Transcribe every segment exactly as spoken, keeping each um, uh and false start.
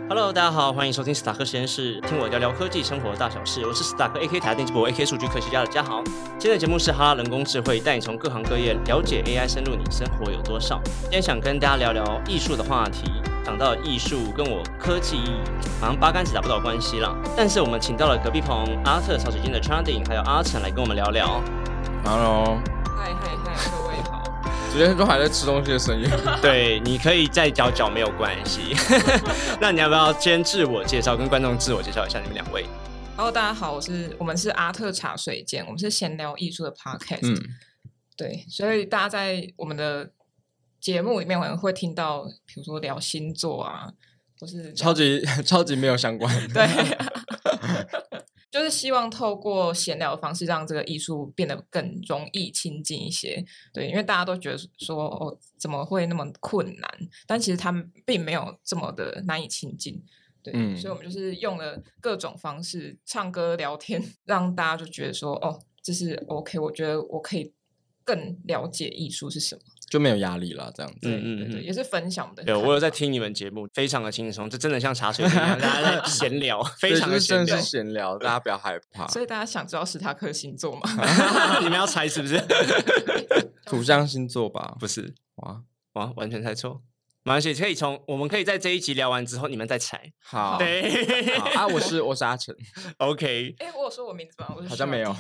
Hello， 大家好，欢迎收听史塔克实验室，听我聊聊科技生活的大小事。我是史塔克 A K 台大电机博 A K 数据科学家的嘉豪。今天的节目是哈拉人工智慧，带你从各行各业了解 A I 深入你生活有多少。今天想跟大家聊聊艺术的话题。讲到艺术跟我科技好像八竿子打不到关系啦，但是我们请到了隔壁棚阿特茶水间的 Charlie 还有阿成来跟我们聊聊。 Hello， 嗨嗨嗨，各位好。 昨天都还在吃东西的声音。 对，你可以再嚼嚼没有关系。那你要不要先自我介绍，跟观众自我介绍一下你们两位？ Hello， 大家好，我是我们是阿特茶水间，我们是闲聊艺术的 podcast。嗯，对，所以大家在我们的节目里面可能会听到，比如说聊星座啊，或是超级超级没有相关的。 对，就是希望透过闲聊的方式，让这个艺术变得更容易亲近一些。对，因为大家都觉得说，哦，怎么会那么困难？但其实他们并没有这么的难以亲近。对，嗯、所以我们就是用了各种方式，唱歌、聊天，让大家就觉得说，哦，这是 OK。我觉得我可以更了解艺术是什么。就没有压力了，这样子。 对对对，也是分享的。 对，我有在听你们节目，非常的轻松，这真的像茶水间一样，大家在闲聊，非常的闲聊， 是闲聊，大家不要害怕。 所以大家想知道史塔克星座吗？ 你们要猜是不是？ 土象星座吧？ 不是， 哇哇，完全猜错。没关系，可以从我们可以在这一集聊完之后，你们再猜。 好， 对， 好啊，我是我是阿成。 OK， 哎，我有说我名字吗？我是好像没有。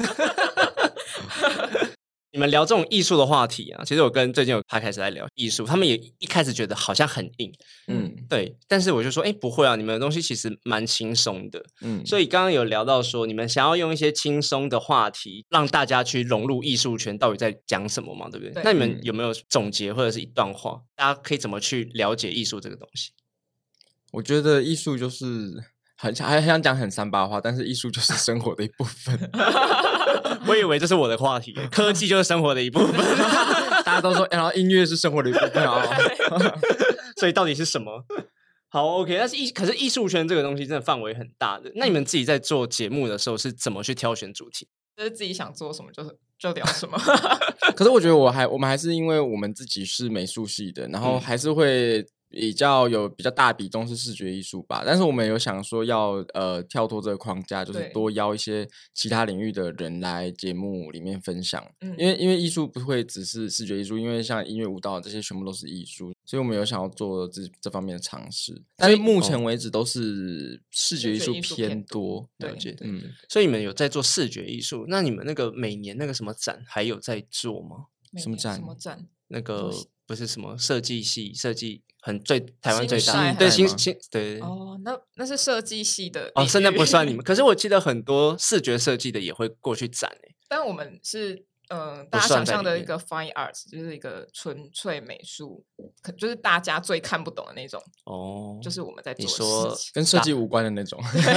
你们聊这种艺术的话题啊，其实我跟最近有他开始在聊艺术，他们也一开始觉得好像很硬，嗯，对，但是我就说，哎，不会啊，你们的东西其实蛮轻松的，嗯，所以刚刚有聊到说，你们想要用一些轻松的话题，让大家去融入艺术圈，到底在讲什么嘛，对不对？对，那你们有没有总结或者是一段话，大家可以怎么去了解艺术这个东西？ 我觉得艺术就是很还想讲很三八话，但是艺术就是生活的一部分。 我以为这是我的话题，科技就是生活的一部分。 大家都说，然后音乐是生活的一部分啊。 所以到底是什么？好 ，OK， 但是艺可是艺术圈这个东西真的范围很大的。那你们自己在做节目的时候是怎么去挑选主题？ 就是自己想做什么就就聊什么。 可是我觉得我还我们还是因为我们自己是美术系的，然后还是会比较有比较大比重是视觉艺术吧，但是我们有想说要呃跳脱这个框架，就是多邀一些其他领域的人来节目里面分享，嗯、因为因为艺术不会只是视觉艺术，因为像音乐、舞蹈这些全部都是艺术，所以我们有想要做这这方面的尝试，但是目前为止都是视觉艺术偏多， 了解， 嗯，所以你们有在做视觉艺术，那你们那个每年那个什么展还有在做吗？ 什么展？ 什么展？ 那个不是什么设计系，设计很最台湾最大，对新新对哦，那那是设计系的哦，现在不算你们。可是我记得很多视觉设计的也会过去展诶， 但我们是呃，大家想象的一个 fine arts， 就是一个纯粹美术，就是大家最看不懂的那种哦，就是我们在做的事情， 跟设计无关的那种。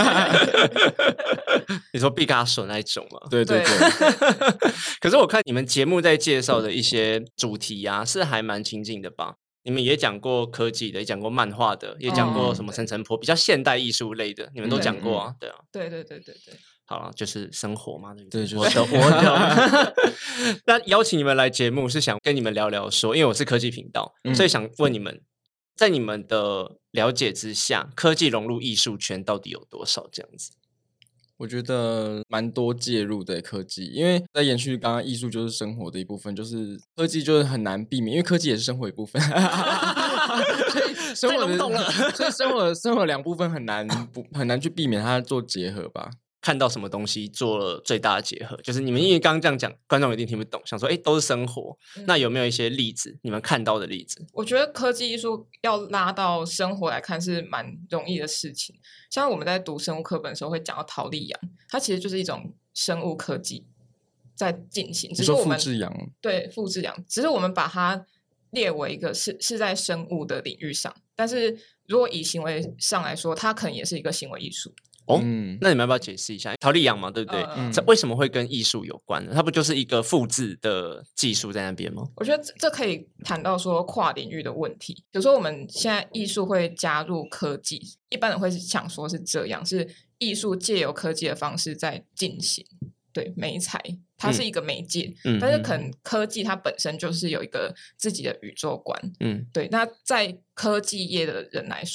你说毕加索那一种吗？ 对对对。 可是我看你们节目在介绍的一些主题啊，是还蛮亲近的吧？你们也讲过科技的，也讲过漫画的，也讲过什么陈澄波，比较现代艺术类的，你们都讲过啊，对啊， 对对对对对。 好了，就是生活嘛，对不对？ 对，就是我的。那邀请你们来节目是想跟你们聊聊说，因为我是科技频道，嗯、所以想问你们，在你们的了解之下，科技融入艺术圈到底有多少这样子？ 我觉得蛮多介入的科技，因为在延续刚刚艺术就是生活的一部分，就是科技就是很难避免，因为科技也是生活一部分。所以生活的，所以生活的生活两部分很难不很难去避免它做结合吧。 看到什么东西做了最大的结合，就是你们因为刚刚这样讲，观众一定听不懂，想说哎，都是生活、嗯，那有没有一些例子？你们看到的例子？ 我觉得科技艺术要拉到生活来看是蛮容易的事情。像我们在读生物课本的时候会讲到陶丽羊，它其实就是一种生物科技在进行。 你说复制羊？ 对，复制羊，只是我们把它列为一个是是在生物的领域上，但是如果以行为上来说，它可能也是一个行为艺术。 哦、嗯，那你们要不要解释一下陶丽羊嘛，对不对、嗯、为什么会跟艺术有关呢？它不就是一个复制的技术在那边吗？ 我觉得这可以谈到说跨领域的问题。比如说我们现在艺术会加入科技，一般人会想说是这样，是艺术借由科技的方式在进行，对，媒材它是一个媒介、嗯、但是可能科技它本身就是有一个自己的宇宙观，嗯，对。那在科技业的人来说，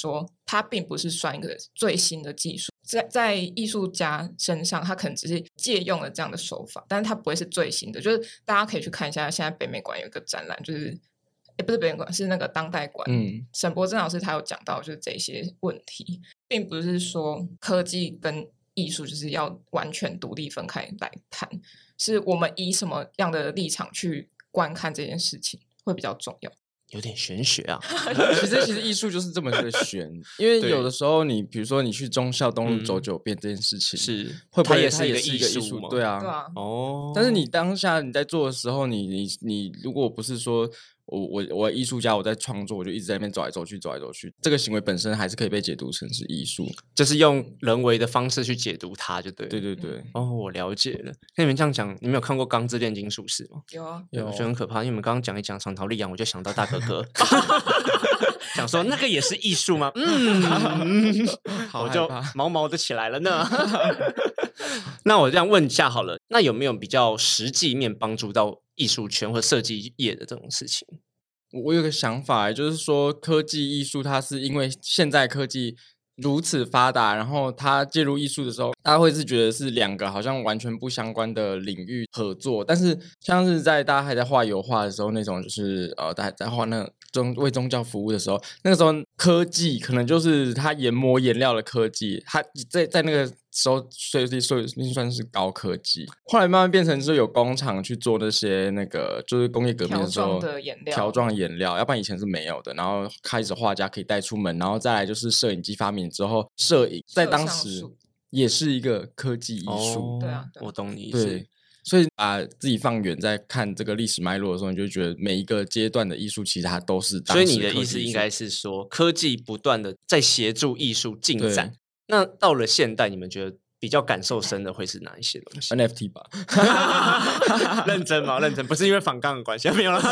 它并不是算一个最新的技术，在在艺术家身上，他可能只是借用了这样的手法，但是它不会是最新的。就是大家可以去看一下，现在北美馆有一个展览，就是也不是北美馆，是那个当代馆。嗯，沈伯珍老师他有讲到，就是这些问题，并不是说科技跟艺术就是要完全独立分开来谈，是我们以什么样的立场去观看这件事情会比较重要。 有点玄学啊。 其实其实艺术就是这么的玄，因为有的时候你比如说你去忠孝东路走九遍这件事情， 嗯、是会不会它也是一个艺术吗？ 对啊， 对啊。 哦， 但是你当下你在做的时候，你你你如果不是说我我我艺术家，我在创作，我就一直在那边走来走去走来走去，这个行为本身还是可以被解读成是艺术， 就是用人为的方式去解读它，就对了。 对对对。 哦，我了解了。跟你们这样讲，你们有看过《钢之炼金术士》吗？ 有啊， 有。我觉得很可怕，因为你们刚刚讲一讲长桃丽阳，我就想到大哥哥，想说那个也是艺术吗？嗯，我就毛毛的起来了呢。那我这样问一下好了，那有没有比较实际面帮助到艺术圈或设计业的这种事情？ 我有个想法，就是说科技艺术它是因为现在科技如此发达，然后它介入艺术的时候，大家会是觉得是两个好像完全不相关的领域合作。但是像是在大家还在画油画的时候，那种就是呃，大家在画那种为宗教服务的时候，那个时候科技可能就是它研磨颜料的科技，它在在那个时候所以所以算是高科技。后来慢慢变成是有工厂去做那些那个就是工业革命的时候条状的颜料， 条状颜料，要不然以前是没有的。然后开始画家可以带出门，然后再来就是摄影机发明之后，摄影在当时也是一个科技艺术。 哦、 对啊， 我懂你意思。 对，所以把自己放远，在看这个历史脉络的时候，你就觉得每一个阶段的艺术，其实它都是当时所以你的意思应该是说，科技不断的在协助艺术进展。那到了现代，你们觉得比较感受深的会是哪一些东西 ？N F T 吧。 认真吗？认真，不是因为反杠的关系，没有了。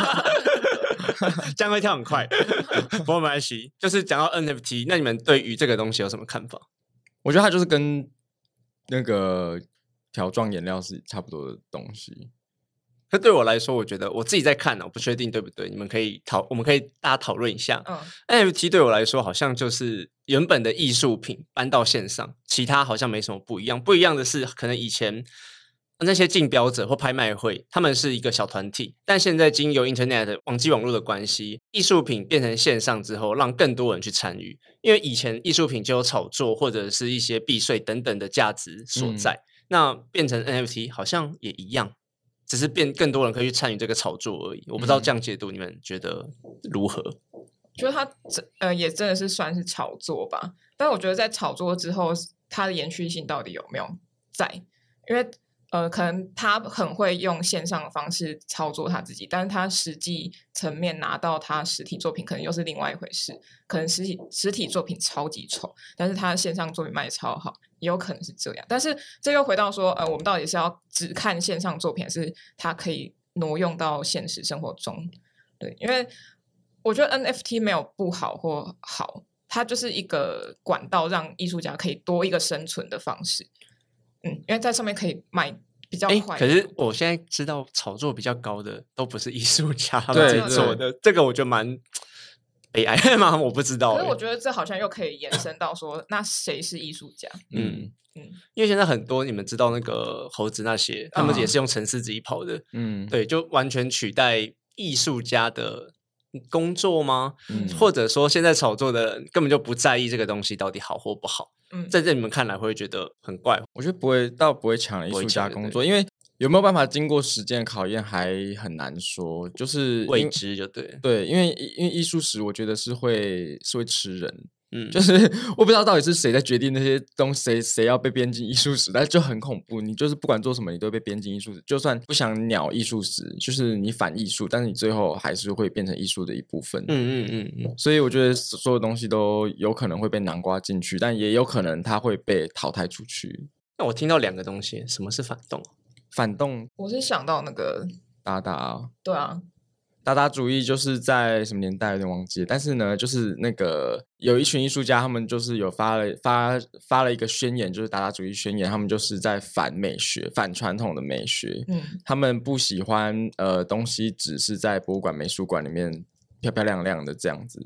这样会跳很快，不过没关系。就是讲到 N F T， 那你们对于这个东西有什么看法？ 我觉得它就是跟那个条状颜料是差不多的东西。 可对我来说，我觉得我自己在看呢、啊，我不确定对不对，你们可以讨，我们可以大家讨论一下。嗯 ，N F T 对我来说好像就是原本的艺术品搬到线上，其他好像没什么不一样。不一样的是，可能以前那些竞标者或拍卖会，他们是一个小团体，但现在经由 Internet 网际网络的关系，艺术品变成线上之后，让更多人去参与。因为以前艺术品就有炒作或者是一些避税等等的价值所在，嗯、那变成 N F T 好像也一样。只是变更多人可以去参与这个炒作而已，我不知道这样解读你们觉得如何？ 觉得它呃也真的是算是炒作吧，但我觉得在炒作之后，它的延续性到底有没有在？因为呃，可能他很会用线上的方式操作他自己，但是他实际层面拿到他实体作品，可能又是另外一回事。可能实体实体作品超级丑，但是他线上作品卖超好，也有可能是这样。但是这又回到说，呃，我们到底是要只看线上作品，还是它可以挪用到现实生活中？对，因为我觉得 N F T 没有不好或好，它就是一个管道，让艺术家可以多一个生存的方式。嗯，因为在上面可以卖比较快。 可是我现在知道炒作比较高的都不是艺术家他们自己做的，这个我觉得蛮悲哀嘛，我不知道。 可是我觉得这好像又可以延伸到说，那谁是艺术家？ 嗯嗯，因为现在很多你们知道那个猴子那些，他们也是用程式自己跑的，嗯，对，就完全取代艺术家的工作吗？嗯，或者说现在炒作的人根本就不在意这个东西到底好或不好。嗯，在这你们看来会觉得很怪？ 我觉得不会，倒不会抢了艺术家工作，因为有没有办法经过时间考验还很难说，就是未知就对。 对，因为因为艺术史我觉得是会是会吃人。嗯，就是我不知道到底是谁在决定那些东西，谁谁要被编进艺术史，但就很恐怖。你就是不管做什么，你都会被编进艺术史。就算不想鸟艺术史，就是你反艺术，但是你最后还是会变成艺术的一部分。嗯嗯嗯嗯。所以我觉得所有东西都有可能会被囊括进去，但也有可能它会被淘汰出去。 那我听到两个东西，什么是反动？ 反动， 我是想到那个达达。 对啊。 达达主义就是在什么年代有点忘记了，但是呢，就是那个有一群艺术家，他们就是有发了发发了一个宣言，就是达达主义宣言，他们就是在反美学、反传统的美学。嗯，他们不喜欢呃东西只是在博物馆、美术馆里面漂漂亮亮的这样子。嗯，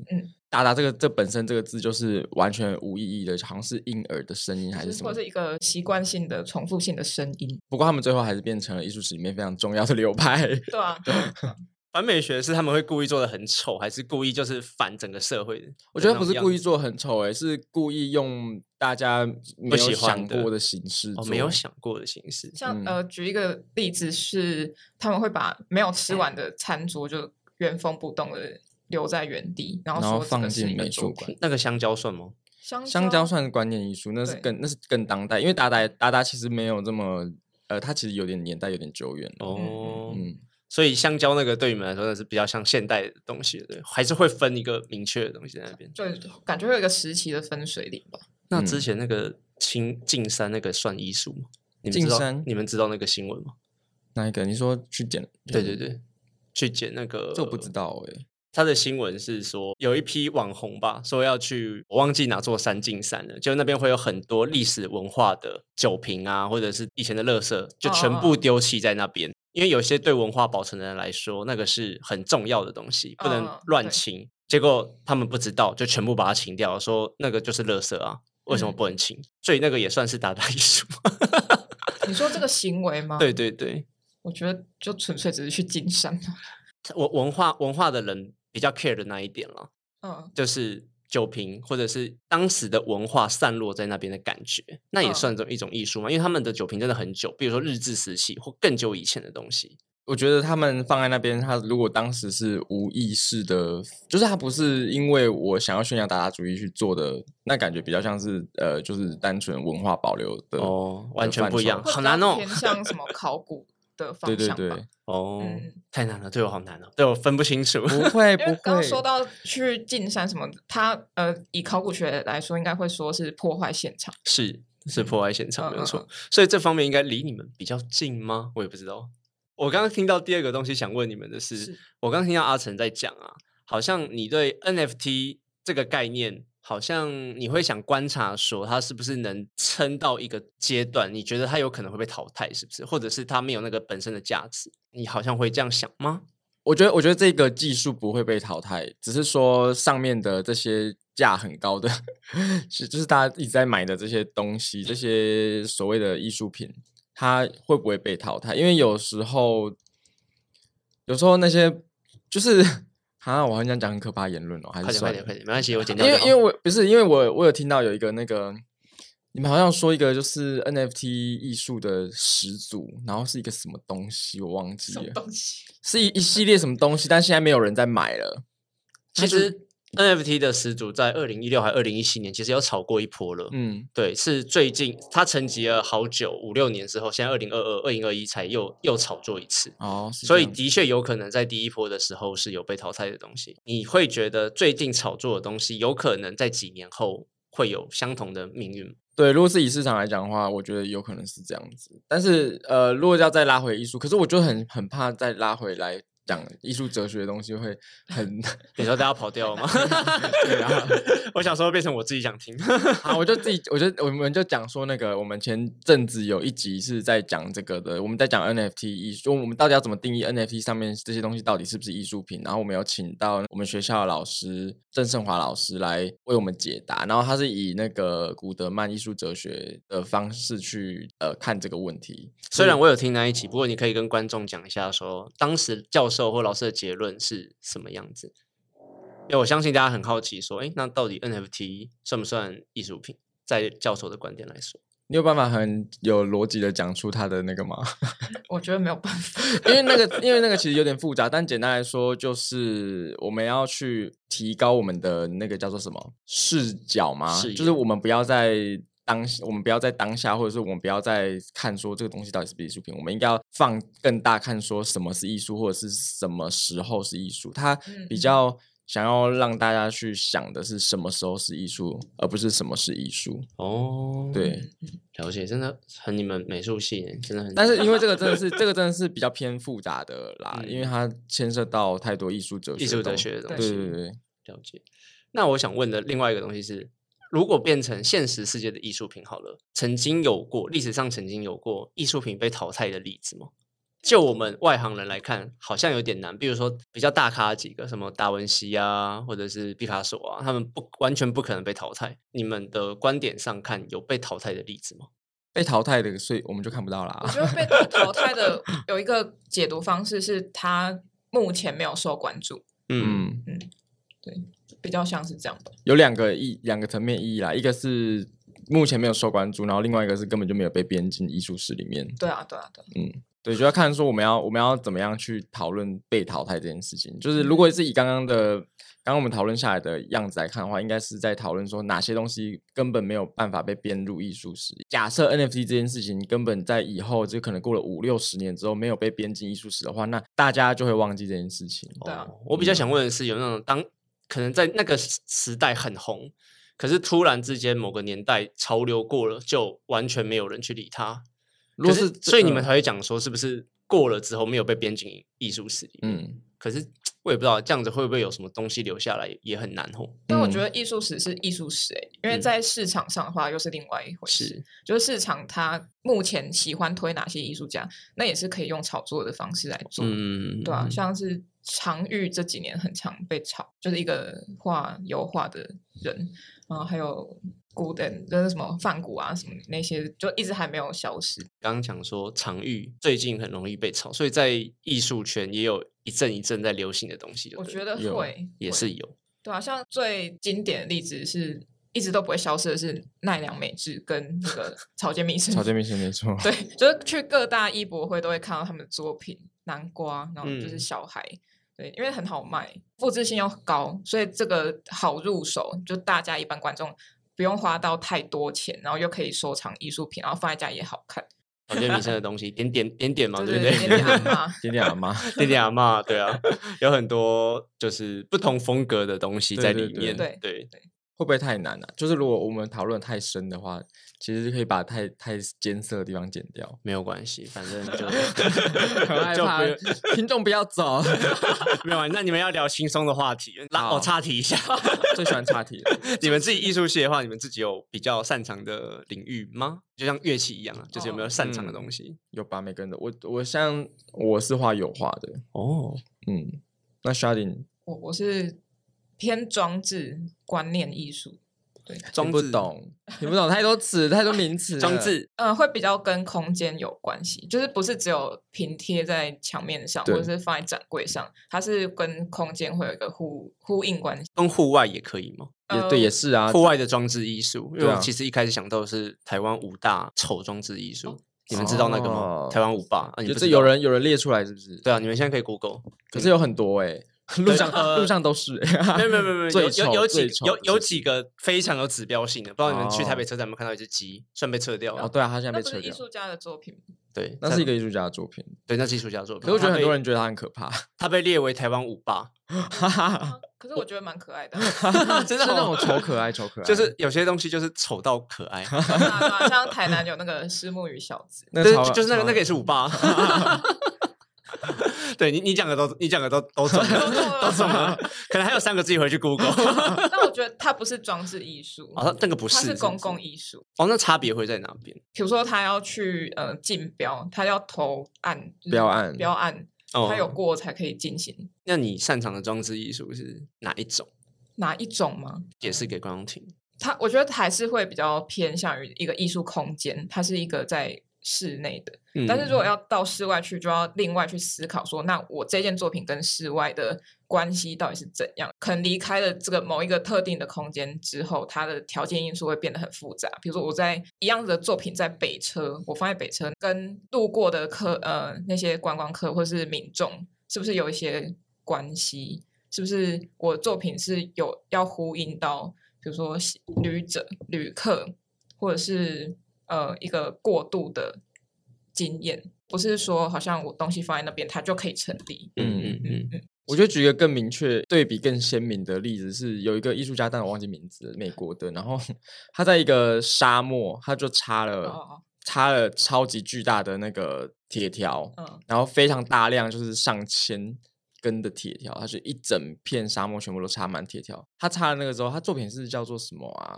达达这个这本身这个字就是完全无意义的，好像是婴儿的声音还是什么， 或是一个习惯性的重复性的声音。 不过他们最后还是变成了艺术史里面非常重要的流派。 对啊，对啊。 反美学是他们会故意做的很丑，还是故意就是反整个社会的？ 我觉得不是故意做很丑，哎，是故意用大家没有想过的形式做， 哦，没有想过的形式。 像、嗯、呃，举一个例子是，他们会把没有吃完的餐桌就原封不动的留在原地，然后说放进美术馆。 那个香蕉算吗？ 香蕉, 香蕉算是观念艺术，那是更那是更当代，因为达达达达其实没有这么呃，它其实有点年代有点久远了哦，嗯。所以香蕉那个对你们来说那是比较像现代的东西，对，还是会分一个明确的东西在那边， 就感觉会有一个时期的分水岭吧。 那之前那个青径山那个算艺术吗？你们知道你们知道那个新闻吗？ 哪一个？你说去捡？ 对对对，去捡那个， 这我不知道哎、欸。 他的新闻是说有一批网红吧，说要去我忘记哪座山径山了，就那边会有很多历史文化的酒瓶啊，或者是以前的垃圾，就全部丢弃在那边。Oh, oh, oh. 因为有些对文化保存的人来说，那个是很重要的东西，不能乱清。Oh, 结果他们不知道，就全部把它清掉，说那个就是垃圾啊，为什么不能清？嗯、所以那个也算是达达艺术。 你说这个行为吗？ 对对对， 我觉得就纯粹只是去进山。 我文化文化的人比较 care 的那一点了， 嗯， 就是酒瓶或者是当时的文化散落在那边的感觉，那也算一种艺术嘛、嗯、因为他们的酒瓶真的很久，比如说日治时期或更久以前的东西。 我觉得他们放在那边，他如果当时是无意识的，就是他不是因为我想要宣扬达达主义去做的，那感觉比较像是呃，就是单纯文化保留的哦，完全不一样，好难哦， 偏向什么考古的方向吧。 对对对， 哦、嗯，太难了，对我好难哦，对我分不清楚。 不会不会， 刚刚说到去进山什么，他呃，以考古学来说，应该会说是破坏现场， 是是破坏现场， 嗯、 没有错、 嗯嗯。 所以这方面应该离你们比较近吗？我也不知道。我刚刚听到第二个东西想问你们的是，是我刚刚听到阿成在讲啊，好像你对 N F T 这个概念，好像你会想观察说它是不是能撑到一个阶段，你觉得它有可能会被淘汰，是不是？或者是它没有那个本身的价值，你好像会这样想吗？ 我觉得，我觉得这个技术不会被淘汰，只是说上面的这些价很高的，就是大家一直在买的这些东西，这些所谓的艺术品。它会不会被淘汰？因为有时候，有时候那些就是啊，我很想讲很可怕的言论哦，还是快点快点快点，没关系，我剪掉因为因为我不是因为我我有听到有一个那个，你们好像说一个就是 N F T 艺术的始祖，然后是一个什么东西，我忘记了， 什么东西？ 是一一系列什么东西，但现在没有人在买了。 其实。N F T 的始祖在二零一六还二零一七年其实有炒过一波了，嗯，对，是最近它沉寂了好久五六年之后，现在二零二二、二零二一才又又炒作一次哦， 所以的确有可能在第一波的时候是有被淘汰的东西。你会觉得最近炒作的东西有可能在几年后会有相同的命运？ 对，如果是以市场来讲的话，我觉得有可能是这样子。但是呃，如果要再拉回艺术，可是我就很很怕再拉回来。讲艺术哲学的东西会很， 你说大家跑掉了吗？ 对啊， 我想说变成我自己想听。 好，我就自己，我就我们就讲说那个，我们前阵子有一集是在讲这个的，我们在讲 N F T 艺术，我们到底要怎么定义 N F T 上面这些东西到底是不是艺术品？然后我们有请到我们学校的老师郑胜华老师来为我们解答，然后他是以那个古德曼艺术哲学的方式去呃看这个问题。 虽然我有听那一集，不过你可以跟观众讲一下说，当时教授或老师的结论是什么样子？因为我相信大家很好奇，说，哎，那到底 N F T 算不算艺术品？在教授的观点来说， 你有办法很有逻辑的讲出他的那个吗？ 我觉得没有办法， 因为那个，因为那个其实有点复杂，但简单来说，就是我们要去提高我们的那个叫做什么视角吗？就是我们不要在。当我们不要在当下，或者是我们不要再看说这个东西到底是不是艺术品，我们应该要放更大看说什么是艺术，或者是什么时候是艺术。他比较想要让大家去想的是什么时候是艺术，而不是什么是艺术。 哦， 对， 了解，真的很你们美术系真的很。 但是因为这个真的是这个真的是比较偏复杂的啦，嗯、因为它牵涉到太多艺术哲学、 艺术哲学的东西。 对对对， 了解。那我想问的另外一个东西是。如果变成现实世界的艺术品好了，曾经有过历史上曾经有过艺术品被淘汰的例子吗？ 就我们外行人来看，好像有点难。比如说比较大咖几个，什么达文西啊，或者是毕卡索啊，他们不完全不可能被淘汰。你们的观点上看，有被淘汰的例子吗？ 被淘汰的，所以我们就看不到啦。 我觉得被淘汰的有一个解读方式是，他目前没有受关注。嗯嗯，对，比较像是这样的。 有两个意，两个层面意义啦，一个是目前没有受关注，然后另外一个是根本就没有被编进艺术史里面。 对啊，对啊，对啊。 嗯，对，就要看说我们要我们要怎么样去讨论被淘汰这件事情。就是如果是以刚刚的刚刚我们讨论下来的样子来看的话，应该是在讨论说哪些东西根本没有办法被编入艺术史。假设 N F T 这件事情根本在以后就可能过了五六十年之后没有被编进艺术史的话，那大家就会忘记这件事情。 对啊， 我比较想问的是，有那种当可能在那个时代很红，可是突然之间某个年代潮流过了，就完全没有人去理他。可是，所以你们才会讲说，是不是过了之后没有被编进艺术史里面？嗯，可是我也不知道这样子会不会有什么东西留下来，也很难哦。 但我觉得艺术史是艺术史、欸，因为在市场上的话又是另外一回事。是就是市场它目前喜欢推哪些艺术家，那也是可以用炒作的方式来做。嗯，对啊，像是常玉这几年很常被炒，就是一个画油画的人，然后还有。古典就是什么梵谷啊，什么那些就一直还没有消失。 刚刚讲说常玉最近很容易被炒，所以在艺术圈也有一阵一阵在流行的东西。 我觉得会也是有， 对啊，像最经典的例子是一直都不会消失的是奈良美智跟那个草间弥生。 草间弥生没错， 对，就是去各大艺博会都会看到他们的作品，南瓜，然后就是小孩。嗯对，因为很好卖，复制性又高，所以这个好入手，就大家一般观众不用花到太多钱，然后又可以收藏艺术品，然后放在家也好看。 草间弥生的东西，点点点点嘛， 对不对？ 点点阿嬷， 点点阿嬷， 点点阿嬷，对啊，有很多就是不同风格的东西在里面。 对对对， 会不会太难啊？就是如果我们讨论太深的话，其实可以把太太艰涩的地方剪掉， 没有关系，反正就很害怕听众不要走。 没有，那你们要聊轻松的话题，拉我岔题一下， 最喜欢岔题了。 你们自己艺术系的话，你们自己有比较擅长的领域吗？就像乐器一样啊，就是有没有擅长的东西？ 嗯、有吧，每个人的。我我像我是画油画的哦，嗯，那 Sharding 我我是偏装置观念艺术。对， 装不懂，你不懂太多词，太多名词。 装置， 呃，会比较跟空间有关系，就是不是只有平贴在墙面上，或者是放在展柜上，它是跟空间会有一个呼呼应关系。 跟户外也可以吗？ 也对，也是啊， 户外的装置艺术。因为我其实一开始想到的是台湾五大丑装置艺术。你们知道那个吗？哦、台湾五霸，啊、 就是有人有人列出来，是不是？ 对啊，你们现在可以 Google， 可是有很多哎、欸。路上、呃、路上都是、 欸，没有没有没有没有，有有有几有有几个非常有指标性的，不知道你们去台北车站有没有看到一只鸡，算被撤掉了。 哦，对啊，他现在被撤掉。 那不是艺术家的作品， 对， 那是一个艺术家的作品， 对，那是艺术家的作品。 可是我觉得很多人觉得他很可怕， 他被列为台湾五霸。 可是我觉得蛮可爱的， 真的那种丑可爱丑可爱， 就是有些东西就是丑到可爱。 像台南有那个虱目鱼小子， 对，就是那个那个也是五霸。对你，你讲的都，你讲的都都中了，都中了。可能还有三个自己回去 Google。 但我觉得它不是装置艺术， 哦，那个不是， 它是公共艺术。 哦，那差别会在哪边？ 比如说他要去呃竞标，他要投案， 标案， 标案，他有过才可以进行。 那你擅长的装置艺术是哪一种？ 哪一种吗？ 解释给观众听。 它，我觉得还是会比较偏向于一个艺术空间，它是一个在室内的，嗯、但是如果要到室外去，就要另外去思考说，那我这件作品跟室外的关系到底是怎样？可能离开了这个某一个特定的空间之后，它的条件因素会变得很复杂。比如说，我在一样的作品在北车，我放在北车，跟路过的客呃那些观光客或是民众，是不是有一些关系？是不是我作品是有要呼应到，比如说旅者、旅客，或者是呃一个过渡的经验，不是说好像我东西放在那边它就可以成立。嗯嗯嗯嗯。我觉得举一个更明确、对比更鲜明的例子是，有一个艺术家，但我忘记名字了，美国的，然后他在一个沙漠，他就插了、哦、插了超级巨大的那个铁条，嗯、然后非常大量，就是上千根的铁条，它是一整片沙漠全部都插满铁条。他插了那个之后，他作品是叫做什么啊？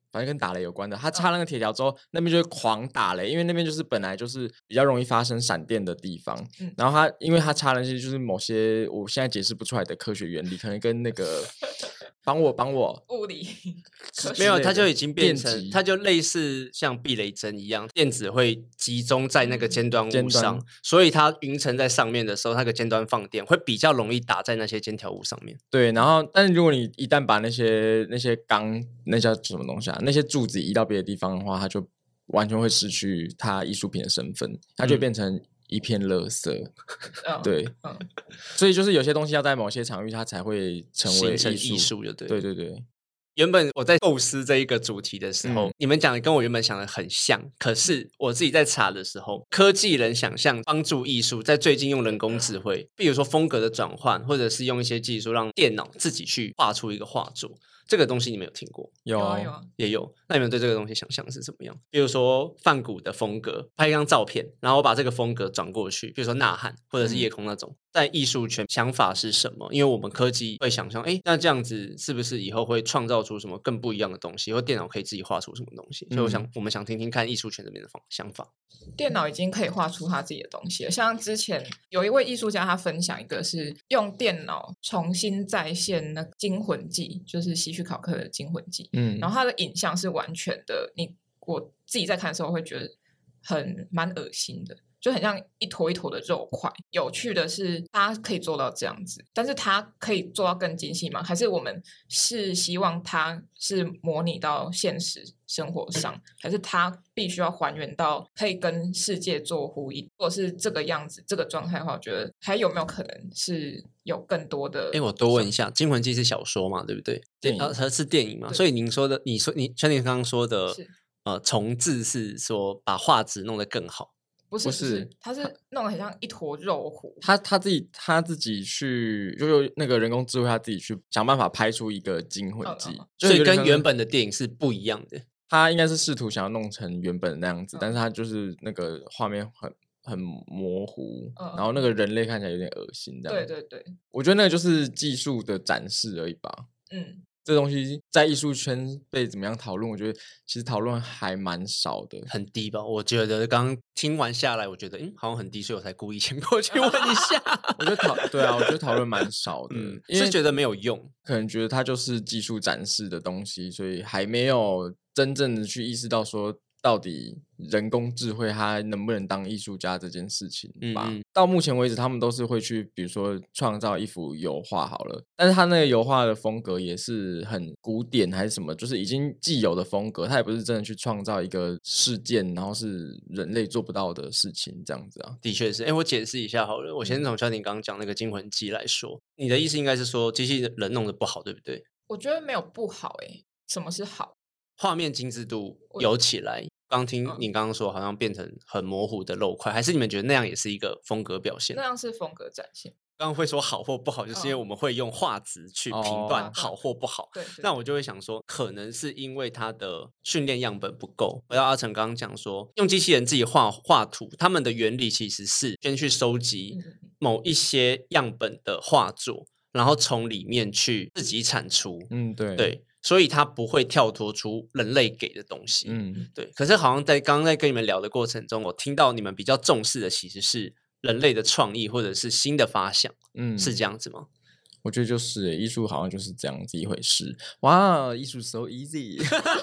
反正跟打雷有关的，他插那个铁条之后，那边就会狂打雷，因为那边就是本来就是比较容易发生闪电的地方。嗯、然后他因为他插那些就是某些我现在解释不出来的科学原理，可能跟那个帮我帮我物理没有，它就已经变成，它就类似像避雷针一样，电子会集中在那个尖端物上，嗯、所以它云层在上面的时候，那个尖端放电会比较容易打在那些尖条物上面。 对，然后但是如果你一旦把那些那些钢那叫什么东西啊，那些柱子移到别的地方的话，它就完全会失去它艺术品的身份，它就变成一片垃圾。嗯、对，嗯、所以就是有些东西要在某些场域它才会成为艺术，就对， 对对对。 原本我在构思这一个主题的时候，嗯、你们讲的跟我原本想的很像，可是我自己在查的时候，科技人想象帮助艺术在最近用人工智慧，比如说风格的转换，或者是用一些技术让电脑自己去画出一个画作。这个东西你们有听过？ 有啊有啊， 也有。那你们对这个东西想象是怎么样？比如说梵谷的风格，拍一张照片，然后我把这个风格转过去，比如说呐喊或者是夜空那种，嗯、在艺术圈想法是什么？因为我们科技会想象，哎，那这样子是不是以后会创造出什么更不一样的东西，或电脑可以自己画出什么东西？所以我想，嗯、我们想听听看艺术圈这边的想法。 电脑已经可以画出他自己的东西了，像之前有一位艺术家，他分享一个是用电脑重新再现那《惊魂记》，就是希区考克的《惊魂记》，嗯，然后他的影像是完全的，你我自己在看的时候会觉得很蛮恶心的。就很像一坨一坨的肉块。有趣的是，它可以做到这样子，但是它可以做到更精细吗？还是我们是希望它是模拟到现实生活上，还是它必须要还原到可以跟世界做呼应？如果是这个样子、这个状态的话，我觉得还有没有可能是有更多的？ 哎，我多问一下，《惊魂记》是小说嘛？对不对？ 电影， 它是电影嘛？所以您说的，你说你像你刚刚说的，呃，重置是说把画质弄得更好。 不是不是，他是弄得很像一坨肉糊。 他他自己他自己去，就用那个人工智慧，他自己去想办法拍出一个惊魂记， 嗯嗯、所以跟原本的电影是不一样的。 他应该是试图想要弄成原本那样子，嗯、但是他就是那个画面很很模糊，嗯、然后那个人类看起来有点恶心，这样。 对对对， 我觉得那个就是技术的展示而已吧。嗯。这东西在艺术圈被怎么样讨论？我觉得其实讨论还蛮少的， 很低吧？我觉得刚刚听完下来，我觉得嗯，好像很低，所以我才故意先过去问一下。 我觉得讨对啊，我觉得讨论蛮少的， 嗯、是觉得没有用， 可能觉得它就是技术展示的东西，所以还没有真正的去意识到说，到底人工智慧它能不能当艺术家这件事情吧。嗯嗯，到目前为止他们都是会去比如说创造一幅油画好了，但是他那个油画的风格也是很古典还是什么，就是已经既有的风格，他也不是真的去创造一个事件然后是人类做不到的事情这样子啊。 的确是。诶，我解释一下好了，我先从小婷刚刚讲那个惊魂记来说，你的意思应该是说机器人弄得不好对不对？ 我觉得没有不好。诶，什么是好？ 画面精致度有起来，刚听你刚刚说好像变成很模糊的肉块，还是你们觉得那样也是一个风格表现？ 那样是风格展现。 刚刚会说好或不好，就是因为我们会用画质去评断好或不好。 对， 那我就会想说，可能是因为它的训练样本不够。回到阿成刚刚讲说，用机器人自己画画图，他们的原理其实是先去收集某一些样本的画作，然后从里面去自己产出。 嗯，对对。所以它不会跳脱出人类给的东西，嗯，对。可是好像在刚刚在跟你们聊的过程中，我听到你们比较重视的其实是人类的创意或者是新的发想，嗯，是这样子吗？ 我觉得就是艺术好像就是这样子一回事。哇，艺术 so easy 。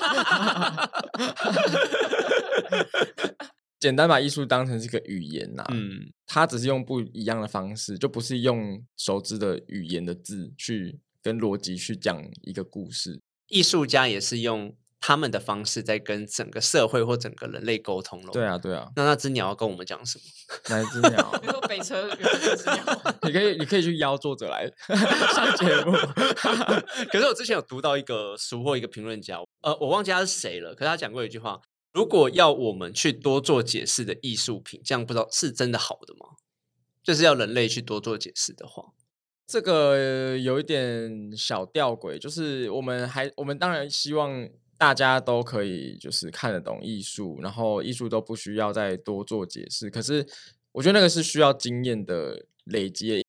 简单把艺术当成是个语言呐、啊，嗯，它只是用不一样的方式，就不是用熟知的语言的字去跟逻辑去讲一个故事。 艺术家也是用他们的方式在跟整个社会或整个人类沟通咯。 对啊对啊。 那那只鸟要跟我们讲什么？ 哪一只鸟？ 你说北车有一只鸟。 你可以你可以去邀作者来上节目。 可是我之前有读到一个书或一个评论家，呃，我忘记他是谁了，可是他讲过一句话，如果要我们去多做解释的艺术品，这样不知道是真的好的吗？就是要人类去多做解释的话。 这个有一点小吊诡，就是我们还我们当然希望大家都可以就是看得懂艺术，然后艺术都不需要再多做解释。可是我觉得那个是需要经验的累积，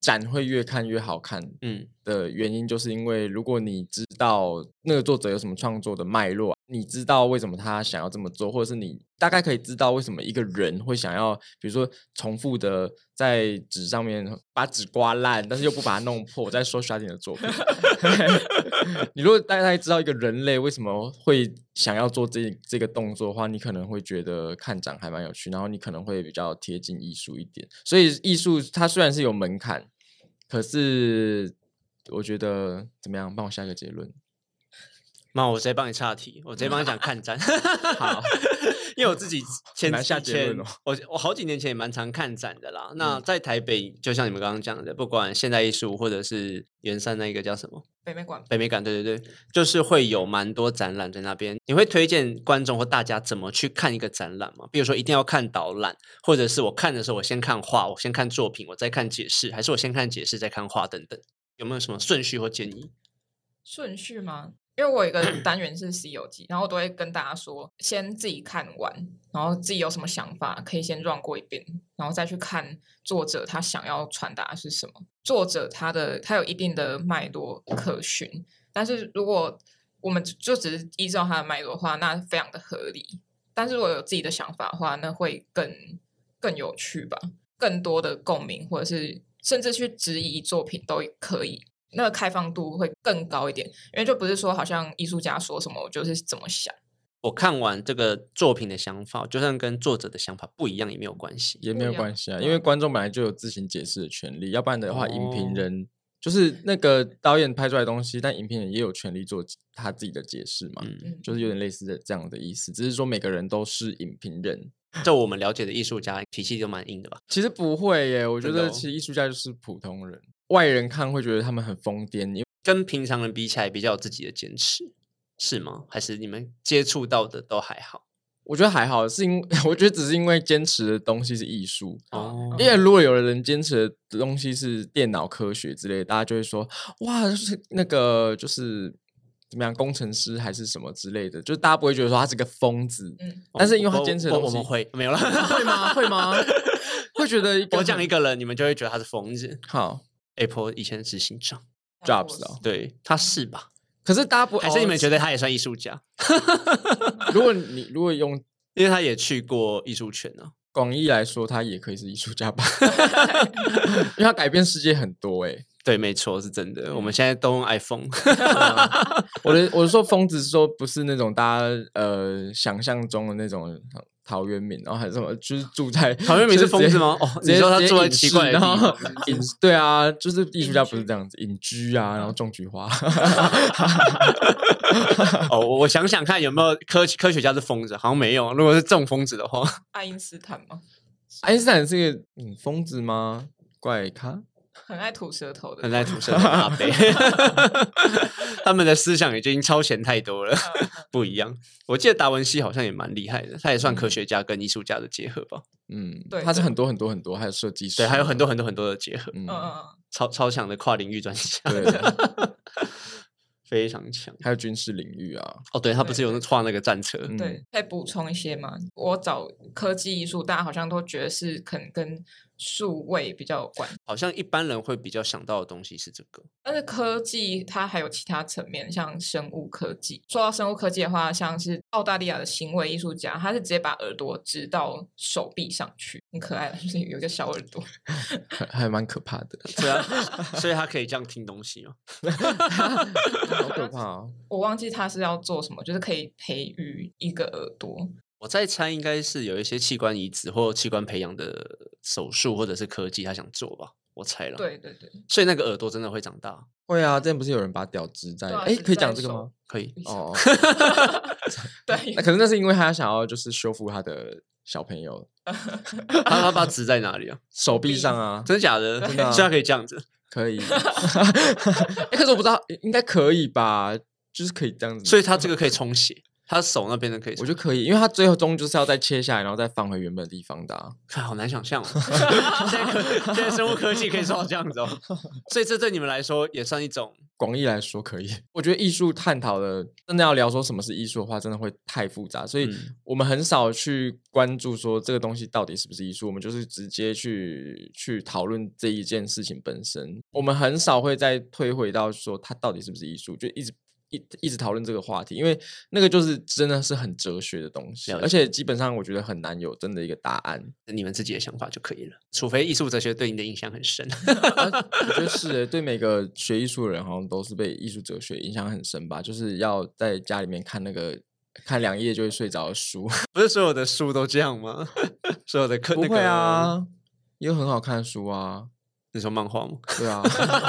展会越看越好看的原因，就是因为如果你知道那个作者有什么创作的脉络，你知道为什么他想要这么做，或者是你大概可以知道为什么一个人会想要比如说重复的在纸上面把纸刮烂，但是又不把它弄破。我在说 Sharding 的作品你如果大概知道一个人类为什么会想要做这这个动作的话，你可能会觉得看展还蛮有趣，然后你可能会比较贴近艺术一点。所以艺术它虽然是有门槛，可是我觉得怎么样？帮我下一个结论。 那我直接帮你岔题，我直接帮你讲看展。好，因为我自己前下结论、哦、 我我好几年前也蛮常看展的啦。嗯、那在台北，就像你们刚刚讲的，不管现代艺术或者是圆山那个叫什么北美馆， 北美馆，对对对，就是会有蛮多展览在那边。你会推荐观众或大家怎么去看一个展览吗？比如说一定要看导览，或者是我看的时候我先看画，我先看作品，我再看解释，还是我先看解释再看画等等？有没有什么顺序或建议？ 顺序吗？因为我有一个单元是 C 游记，然后我都会跟大家说，先自己看完，然后自己有什么想法可以先 run 过一遍，然后再去看作者他想要传达的是什么。作者他的他有一定的脉络可循，但是如果我们就只是依照他的脉络的话，那非常的合理。但是如果有自己的想法的话，那会更更有趣吧，更多的共鸣，或者是甚至去质疑作品都可以。那个开放度会更高一点，因为就不是说好像艺术家说什么我就是怎么想。 我看完这个作品的想法，就算跟作者的想法不一样也没有关系， 也没有关系啊，因为观众本来就有自行解释的权利，要不然的话，哦、影评人就是那个导演拍出来的东西，但影评人也有权利做他自己的解释嘛，嗯、就是有点类似的这样的意思，只是说每个人都是影评人。 就我们了解的艺术家脾气就蛮硬的吧？ 其实不会耶，我觉得其实艺术家就是普通人。外人看会觉得他们很疯癫， 跟平常人比起来比较有自己的坚持，是吗？还是你们接触到的都还好？ 我觉得还好，是因我觉得只是因为坚持的东西是艺术哦。因为如果有的人坚持的东西是电脑科学之类的，大家就会说哇，就是那个就是怎么样工程师还是什么之类的，就是大家不会觉得说他是个疯子。嗯，但是因为他坚持的东西， 我, 我, 我们会没有了， 会吗？会吗？会觉得我讲一个人，你们就会觉得他是疯子。 好。 Apple 以前的执行长 Jobs 哦， 对，他是吧？ 可是大家不还是你们觉得他也算艺术家？ 如果你如果用， 因为他也去过艺术圈啊， 广义来说，他也可以是艺术家吧？因为他改变世界很多哎、欸。 对，没错，是真的。我们现在都用 iPhone 我的我的说疯子是说不是那种大家呃想象中的那种陶渊明，然后还是什么，就是住在陶渊明是疯子吗？哦，你说他住在奇怪的地方， 隐对啊，就是艺术家不是这样子，隐居啊，然后种菊花。 哦，我想想看有没有科科学家是疯子，好像没有。如果是这种疯子的话， 爱因斯坦吗？ 爱因斯坦是个嗯疯子吗？怪咖。 很爱吐舌头的， 很爱吐舌头的阿伯，他们的思想已经超前太多了，不一样。我记得达文西好像也蛮厉害的，他也算科学家跟艺术家的结合吧。 嗯，对，他是很多很多很多，还有设计师， 对，还有很多很多很多的结合， 嗯嗯， 超超强的跨领域专家， 对， 非常强。 还有军事领域啊， 哦，对，他不是有画那个战车？ 对，可以补充一些吗？我找科技艺术，大家好像都觉得是可能跟数位比较有关， 好像一般人会比较想到的东西是这个。 但是科技它还有其他层面，像生物科技。说到生物科技的话，像是澳大利亚的行为艺术家，他是直接把耳朵植到手臂上去，很可爱的，就是有一个小耳朵， 还还蛮可怕的。 对啊，所以他可以这样听东西吗？ 好可怕哦！ 我忘记他是要做什么，就是可以培育一个耳朵。 我在猜应该是有一些器官移植或器官培养的手术或者是科技他想做吧，我猜了。 对对对， 所以那个耳朵真的会长大？ 会啊，之前不是有人把屌植在哎、啊，可以讲这个吗？ 可以哦。 对， 那可能那是因为他想要就是修复他的小朋友。 他他把它植在哪里啊？ 手臂上啊？ 真的假的？ 真的、啊， 所以他可以这样子？ 可以。欸、可是我不知道，应该可以吧？就是可以这样子。 所以他这个可以充血。 他手那边的可以， 我觉得可以，因为他最后终就是要再切下来，然后再放回原本的地方的、啊。 看，好难想象、哦，现在科现在生物科技可以做到这样子哦，所以这对你们来说也算一种。 广义来说可以，我觉得艺术探讨的真的要聊说什么是艺术的话，真的会太复杂，所以我们很少去关注说这个东西到底是不是艺术，我们就是直接去去讨论这一件事情本身，我们很少会再推回到说它到底是不是艺术，就一直一一直讨论这个话题，因为那个就是真的是很哲学的东西，而且基本上我觉得很难有真的一个答案， 你们自己的想法就可以了，除非艺术哲学对你的影响很深。 啊、我觉得是对每个学艺术的人好像都是被艺术哲学影响很深吧，就是要在家里面看那个看两页就会睡着的书。 不是所有的书都这样吗？所有的课不会啊、那个、也有很好看的书啊。 你说漫画吗？ 对啊。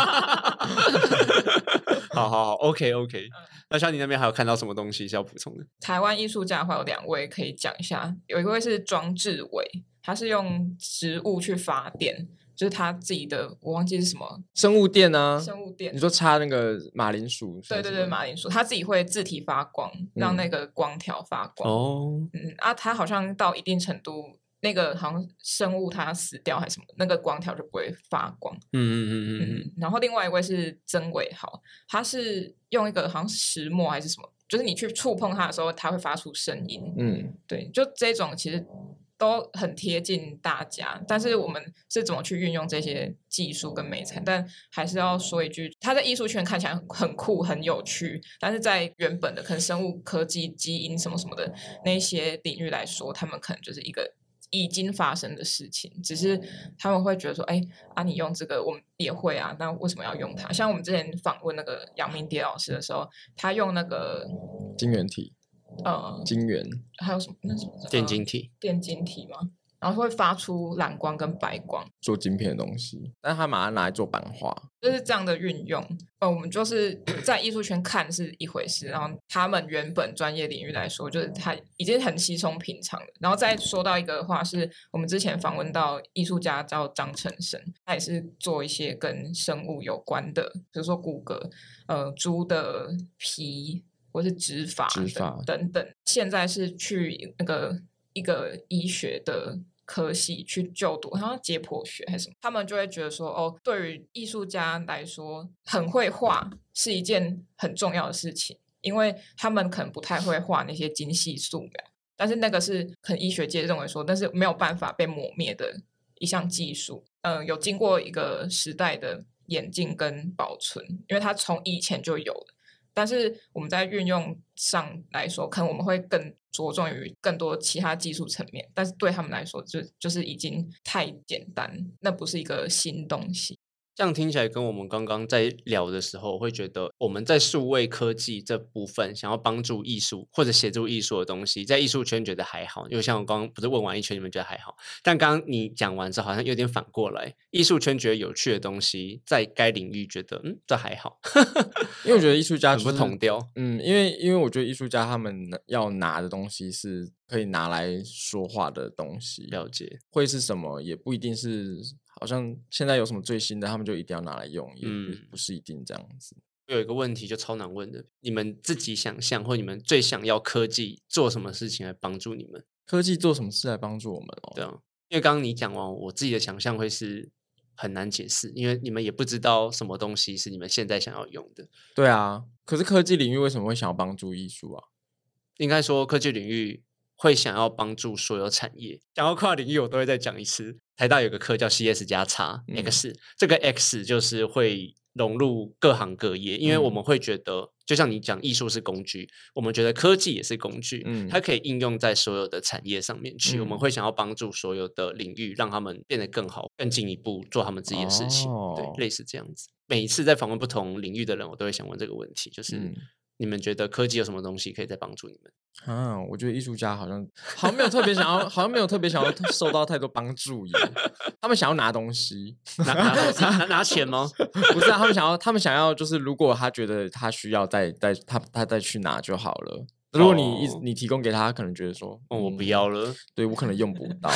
好好好 ，OK OK、嗯。那像你那边还有看到什么东西是要补充的？ 台湾艺术家的话有两位可以讲一下，有一位是庄志伟，他是用植物去发电，就是他自己的我忘记是什么生物电啊， 生物电。 你说插那个马铃薯？ 对对对，马铃薯，他自己会自体发光，让那个光条发光。 哦， 嗯啊，他好像到一定程度。那个好像生物它死掉还是什么，那个光条就不会发光。 嗯嗯嗯嗯嗯。 然后另外一位是曾伟豪，他是用一个好像石墨还是什么，就是你去触碰它的时候，它会发出声音。嗯，对，就这种其实都很贴近大家，但是我们是怎么去运用这些技术跟美材？但还是要说一句，它在艺术圈看起来很酷、很有趣，但是在原本的可能生物科技、基因什么什么的那些领域来说，他们可能就是一个。已经发生的事情，只是他们会觉得说，哎啊，你用这个我们也会啊，那为什么要用它？像我们之前访问那个杨明蝶老师的时候，他用那个晶圆体，呃，晶圆， 还有什么？那什么？ 电晶体？ 呃、电晶体吗？然后会发出蓝光跟白光， 做晶片的东西，但他把它拿来做版画， 就是这样的运用。呃，我们就是在艺术圈看是一回事，然后他们原本专业领域来说，就是他已经很稀松平常了。然后再说到一个话，是我们之前访问到艺术家叫张成生，他也是做一些跟生物有关的，比如说骨骼、呃猪的皮或是植发、 植发等等。现在是去那个一个医学的科系去就读，好像解剖学还是什么，他们就会觉得说，哦，对于艺术家来说，很会画是一件很重要的事情，因为他们可能不太会画那些精细素描，但是那个是可能医学界认为说，但是没有办法被抹灭的一项技术，嗯、呃，有经过一个时代的演进跟保存，因为它从以前就有了。但是我们在运用上来说，可能我们会更着重于更多其他技术层面，但是对他们来说就，就是已经太简单，那不是一个新东西。 这样听起来跟我们刚刚在聊的时候，我会觉得我们在数位科技这部分想要帮助艺术或者协助艺术的东西，在艺术圈觉得还好，因为像我刚刚不是问完一圈，你们觉得还好，但刚刚你讲完之后好像有点反过来，艺术圈觉得有趣的东西，在该领域觉得嗯这还好。 因为我觉得艺术家、就是、 很不同调， 嗯，因为因为我觉得艺术家他们要拿的东西是可以拿来说话的东西， 了解会是什么也不一定是。好像现在有什么最新的，他们就一定要拿来用，也不是一定这样子。 有一个问题就超难问的，你们自己想象或你们最想要科技做什么事情来帮助你们？ 科技做什么事来帮助我们哦？ 对啊，因为刚刚你讲完，我自己的想象会是很难解释，因为你们也不知道什么东西是你们现在想要用的。 对啊，可是科技领域为什么会想要帮助艺术啊？ 应该说科技领域会想要帮助所有产业，讲到跨领域我都会再讲一次。台大有个课叫 C S 加 X， 嗯、这个 X 就是会融入各行各业，因为我们会觉得、嗯、就像你讲艺术是工具，我们觉得科技也是工具、嗯、它可以应用在所有的产业上面去、嗯、我们会想要帮助所有的领域让他们变得更好，更进一步做他们自己的事情、哦、对，类似这样子。每一次在访问不同领域的人，我都会想问这个问题，就是、嗯你们觉得科技有什么东西可以再帮助你们？ 啊，我觉得艺术家好像好像没有特别想要，好像没有特别想要受到太多帮助耶。他们想要拿东西， 拿拿拿拿钱吗？ 不是啊，他们想要，他们想要就是，如果他觉得他需要再再他他再去拿就好了。如果你一、哦、你提供给他，他可能觉得说， 嗯、我不要了， 对我可能用不到，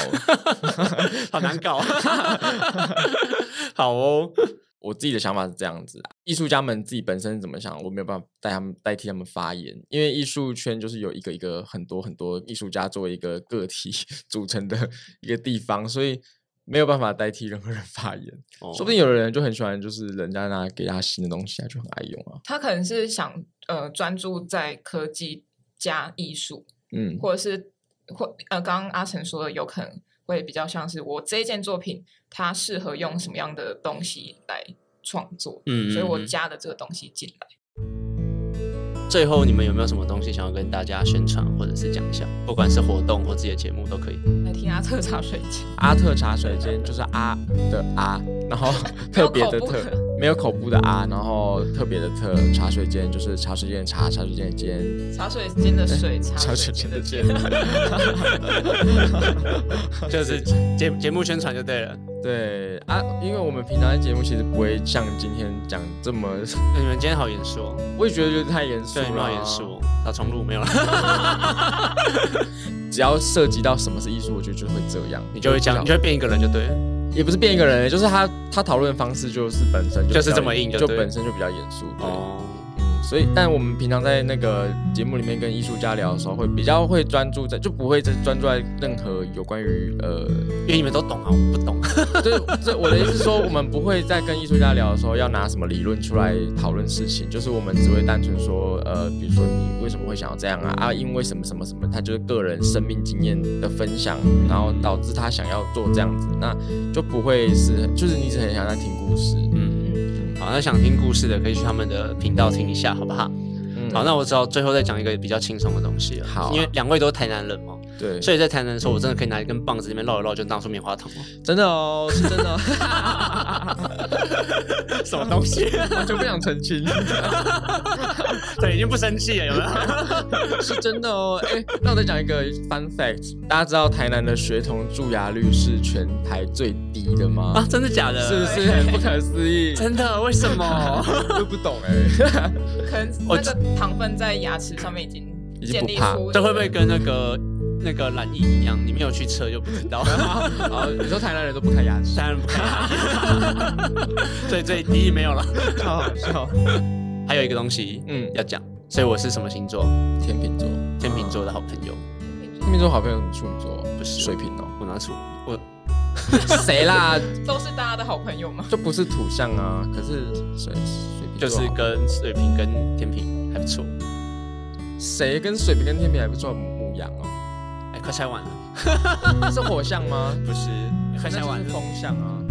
好难搞。好哦， 我自己的想法是这样子啊。 艺术家们自己本身怎么想，我没有办法代他们代替他们发言，因为艺术圈就是有一个一个很多很多艺术家作为一个个体组成的一个地方，所以没有办法代替任何人发言。哦、说不定有的人就很喜欢，就是人家拿给他新的东西，他就很爱用啊。 他可能是想呃专注在科技加艺术，嗯，或者是或呃刚刚阿成说的，有可能会比较像是我这一件作品，它适合用什么样的东西来创作，嗯，所以我加的这个东西进来。 最后，你们有没有什么东西想要跟大家宣传，或者是讲一下？不管是活动或自己的节目都可以。 来听阿特茶水间。 阿特茶水间就是阿的阿，然后特别的特，没有口部的阿，然后特别的特。茶水间就是茶水间的茶，茶水间的间。 茶水间的水， 茶水间的间。 就是节节目宣传就对了。 对啊，因为我们平常的节目其实不会像今天讲这么， 你们今天好严肃哦， 我也觉得有点太严肃了， 对，好严肃，要重录没有了。 只要涉及到什么是艺术，我觉得就会这样， 你就会讲，你就会变一个人就对了， 也不是变一个人，就是他他讨论方式就是本身 就, 就是这么硬就， 就本身就比较严肃，对。哦所以，但我们平常在那个节目里面跟艺术家聊的时候，会比较会专注在，就不会再专注在任何有关于呃， 因为你们都懂啊，我们不懂。 对，这我的意思是说，我们不会在跟艺术家聊的时候要拿什么理论出来讨论事情，就是我们只会单纯说，呃，比如说你为什么会想要这样啊？啊，因为什么什么什么，他就是个人生命经验的分享，然后导致他想要做这样子，那就不会是，就是你只很想在听故事，嗯。 好，那想听故事的可以去他们的频道听一下，好不好？嗯、好，那我只好最后再讲一个比较轻松的东西了。 好、啊， 因为两位都是台南人嘛， 对， 所以在台南的时候，我真的可以拿一根棒子里面绕一绕，就当出棉花糖哦。 真的哦，是真的、哦。 什么东西？ 完全不想澄清。 对，已经不生气了，有没有？ 是真的哦。哎、欸，那我再讲一个 fun fact， 大家知道台南的学童蛀牙率是全台最低的吗？ 啊，真的假的？ 是不是很不可思议？ 真的？为什么？ 都不懂哎、欸。 可能那个糖分在牙齿上面已经建立出， 这会不会跟那个那个染疫一样？你没有去测就不知道。 好，你说台南人都不看牙齿， 台南人不看牙齿，所以这第一没有了， 超好笑。 还有一个东西，嗯，要讲，所以我是什么星座？ 天秤座， 天秤座的好朋友。 天秤座好朋友处女座， 不是水瓶哦， 我拿处我谁啦？ 都是大家的好朋友吗？ 就不是土象啊，可是水水瓶就是跟水瓶跟天秤还不错。 谁跟水瓶跟天秤还不错？牡羊哦， 哎，快猜完了。 是火象吗？ 不是，快猜完了。 风象啊。